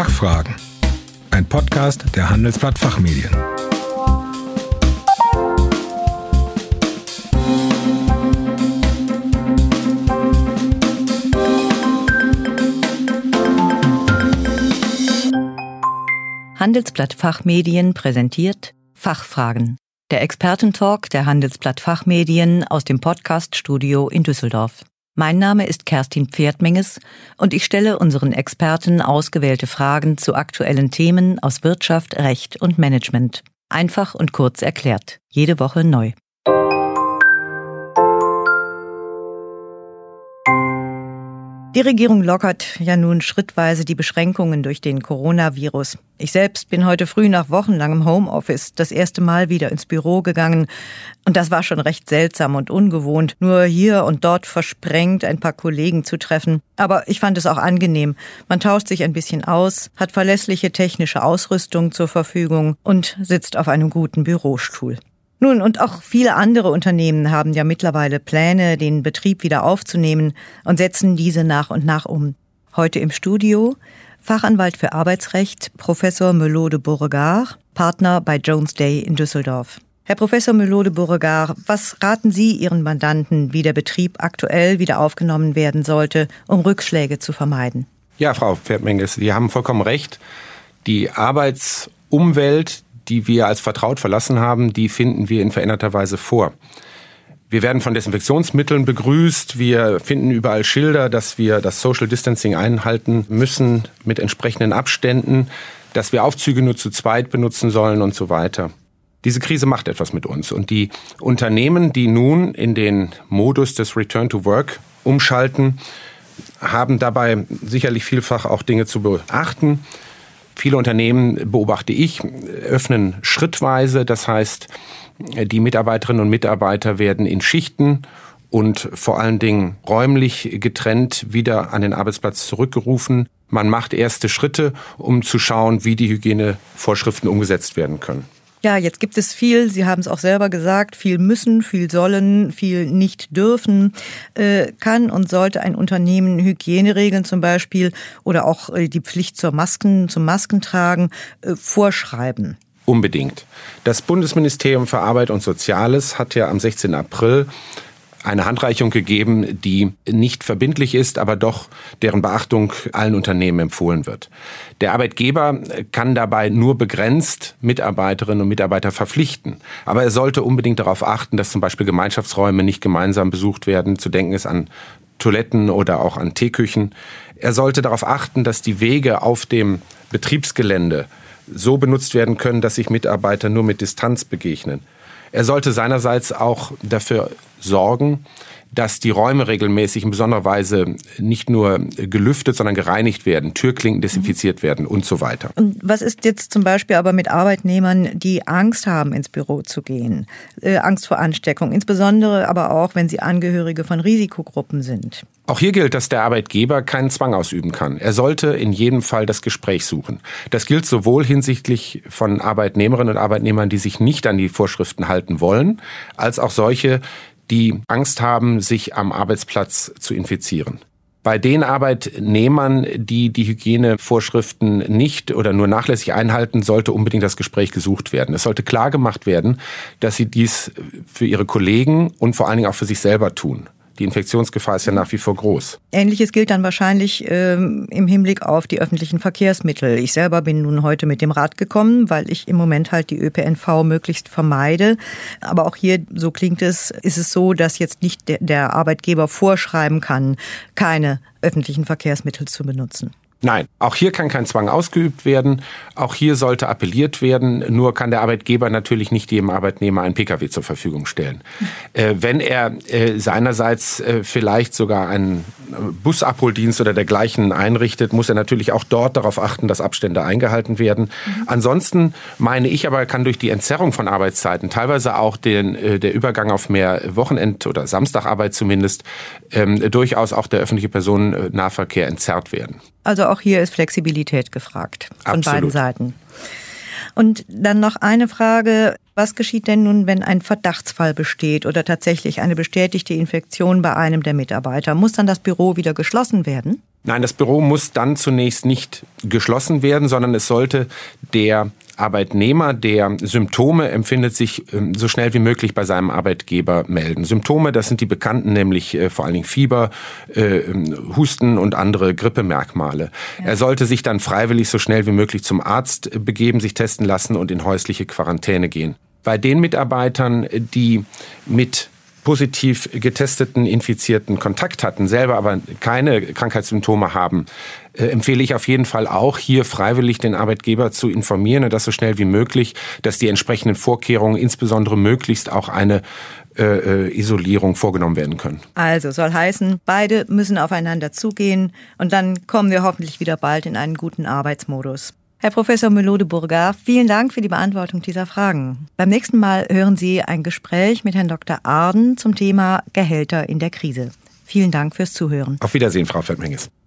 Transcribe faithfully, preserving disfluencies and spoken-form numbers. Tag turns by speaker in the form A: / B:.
A: Fachfragen. Ein Podcast der Handelsblatt Fachmedien.
B: Handelsblatt Fachmedien präsentiert Fachfragen. Der Expertentalk der Handelsblatt Fachmedien aus dem Podcast-Studio in Düsseldorf. Mein Name ist Kerstin Pferdmenges und ich stelle unseren Experten ausgewählte Fragen zu aktuellen Themen aus Wirtschaft, Recht und Management. Einfach und kurz erklärt. Jede Woche neu. Die Regierung lockert ja nun schrittweise die Beschränkungen durch den Coronavirus. Ich selbst bin heute früh nach wochenlangem Homeoffice das erste Mal wieder ins Büro gegangen. Und das war schon recht seltsam und ungewohnt, nur hier und dort versprengt ein paar Kollegen zu treffen. Aber ich fand es auch angenehm. Man tauscht sich ein bisschen aus, hat verlässliche technische Ausrüstung zur Verfügung und sitzt auf einem guten Bürostuhl. Nun, und auch viele andere Unternehmen haben ja mittlerweile Pläne, den Betrieb wieder aufzunehmen und setzen diese nach und nach um. Heute im Studio Fachanwalt für Arbeitsrecht, Professor Melot de Beauregard, Partner bei Jones Day in Düsseldorf. Herr Professor Melot de Beauregard, was raten Sie Ihren Mandanten, wie der Betrieb aktuell wieder aufgenommen werden sollte, um Rückschläge zu vermeiden?
C: Ja, Frau Pferdmenges, Sie haben vollkommen recht. Die Arbeitsumwelt, die wir als vertraut verlassen haben, die finden wir in veränderter Weise vor. Wir werden von Desinfektionsmitteln begrüßt. Wir finden überall Schilder, dass wir das Social Distancing einhalten müssen mit entsprechenden Abständen, dass wir Aufzüge nur zu zweit benutzen sollen und so weiter. Diese Krise macht etwas mit uns. Und die Unternehmen, die nun in den Modus des Return to Work umschalten, haben dabei sicherlich vielfach auch Dinge zu beachten. Viele Unternehmen, beobachte ich, öffnen schrittweise. Das heißt, die Mitarbeiterinnen und Mitarbeiter werden in Schichten und vor allen Dingen räumlich getrennt wieder an den Arbeitsplatz zurückgerufen. Man macht erste Schritte, um zu schauen, wie die Hygienevorschriften umgesetzt werden können.
B: Ja, jetzt gibt es viel, Sie haben es auch selber gesagt, viel müssen, viel sollen, viel nicht dürfen. Äh, kann und sollte ein Unternehmen Hygieneregeln zum Beispiel oder auch äh, die Pflicht zur Masken, zum Maskentragen äh, vorschreiben?
C: Unbedingt. Das Bundesministerium für Arbeit und Soziales hat ja am sechzehnten April eine Handreichung gegeben, die nicht verbindlich ist, aber doch deren Beachtung allen Unternehmen empfohlen wird. Der Arbeitgeber kann dabei nur begrenzt Mitarbeiterinnen und Mitarbeiter verpflichten. Aber er sollte unbedingt darauf achten, dass zum Beispiel Gemeinschaftsräume nicht gemeinsam besucht werden. Zu denken ist an Toiletten oder auch an Teeküchen. Er sollte darauf achten, dass die Wege auf dem Betriebsgelände so benutzt werden können, dass sich Mitarbeiter nur mit Distanz begegnen. Er sollte seinerseits auch dafür sorgen, dass die Räume regelmäßig in besonderer Weise nicht nur gelüftet, sondern gereinigt werden, Türklinken desinfiziert werden und so weiter.
B: Und was ist jetzt zum Beispiel aber mit Arbeitnehmern, die Angst haben, ins Büro zu gehen? Äh, Angst vor Ansteckung, insbesondere aber auch, wenn sie Angehörige von Risikogruppen sind.
C: Auch hier gilt, dass der Arbeitgeber keinen Zwang ausüben kann. Er sollte in jedem Fall das Gespräch suchen. Das gilt sowohl hinsichtlich von Arbeitnehmerinnen und Arbeitnehmern, die sich nicht an die Vorschriften halten wollen, als auch solche, die Angst haben, sich am Arbeitsplatz zu infizieren. Bei den Arbeitnehmern, die die Hygienevorschriften nicht oder nur nachlässig einhalten, sollte unbedingt das Gespräch gesucht werden. Es sollte klar gemacht werden, dass sie dies für ihre Kollegen und vor allen Dingen auch für sich selber tun. Die Infektionsgefahr ist ja nach wie vor groß.
B: Ähnliches gilt dann wahrscheinlich ähm, im Hinblick auf die öffentlichen Verkehrsmittel. Ich selber bin nun heute mit dem Rad gekommen, weil ich im Moment halt die Ö P N V möglichst vermeide. Aber auch hier, so klingt es, ist es so, dass jetzt nicht der, der Arbeitgeber vorschreiben kann, keine öffentlichen Verkehrsmittel zu benutzen.
C: Nein, auch hier kann kein Zwang ausgeübt werden. Auch hier sollte appelliert werden. Nur kann der Arbeitgeber natürlich nicht jedem Arbeitnehmer einen Pkw zur Verfügung stellen. Äh, wenn er äh, seinerseits äh, vielleicht sogar einen Busabholdienst oder dergleichen einrichtet, muss er natürlich auch dort darauf achten, dass Abstände eingehalten werden. Mhm. Ansonsten meine ich aber, kann durch die Entzerrung von Arbeitszeiten, teilweise auch den, äh, der Übergang auf mehr Wochenend- oder Samstagarbeit zumindest, ähm, durchaus auch der öffentliche Personennahverkehr entzerrt werden.
B: Also auch hier ist Flexibilität gefragt von
C: Absolut.
B: Beiden Seiten. Und dann noch eine Frage, Was geschieht denn nun, wenn ein Verdachtsfall besteht oder tatsächlich eine bestätigte Infektion bei einem der Mitarbeiter? Muss dann das Büro wieder geschlossen werden?
C: Nein, das Büro muss dann zunächst nicht geschlossen werden, sondern es sollte der Arbeitnehmer, der Symptome empfindet, sich so schnell wie möglich bei seinem Arbeitgeber melden. Symptome, das sind die bekannten, nämlich vor allen Dingen Fieber, Husten und andere Grippemerkmale. Ja. Er sollte sich dann freiwillig so schnell wie möglich zum Arzt begeben, sich testen lassen und in häusliche Quarantäne gehen. Bei den Mitarbeitern, die mit positiv getesteten Infizierten Kontakt hatten, selber aber keine Krankheitssymptome haben, äh, empfehle ich auf jeden Fall auch, hier freiwillig den Arbeitgeber zu informieren und das so schnell wie möglich, dass die entsprechenden Vorkehrungen, insbesondere möglichst auch eine äh, Isolierung vorgenommen werden können.
B: Also soll heißen, beide müssen aufeinander zugehen und dann kommen wir hoffentlich wieder bald in einen guten Arbeitsmodus. Herr Professor Melot-de-Bourgard, vielen Dank für die Beantwortung dieser Fragen. Beim nächsten Mal hören Sie ein Gespräch mit Herrn Doktor Arden zum Thema Gehälter in der Krise. Vielen Dank fürs Zuhören.
C: Auf Wiedersehen, Frau Pferdmenges.